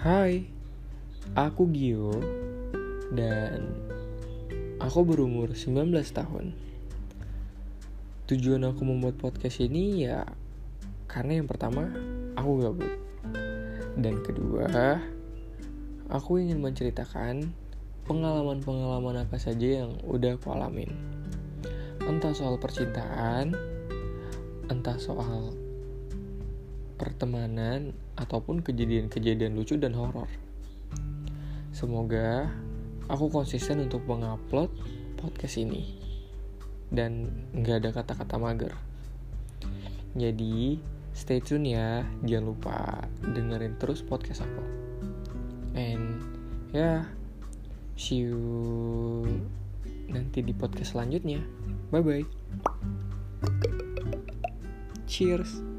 Hai, aku Gio dan aku berumur 19 tahun. Tujuan aku membuat podcast ini ya karena yang pertama, aku gabut. Dan kedua, aku ingin menceritakan pengalaman-pengalaman apa saja yang udah aku alamin. Entah soal percintaan, entah soal pertemanan, ataupun kejadian-kejadian lucu dan horor. Semoga aku konsisten untuk mengupload podcast ini dan gak ada kata-kata mager. Jadi stay tune ya, jangan lupa dengerin terus podcast aku. And see you nanti di podcast selanjutnya. Bye bye. Cheers.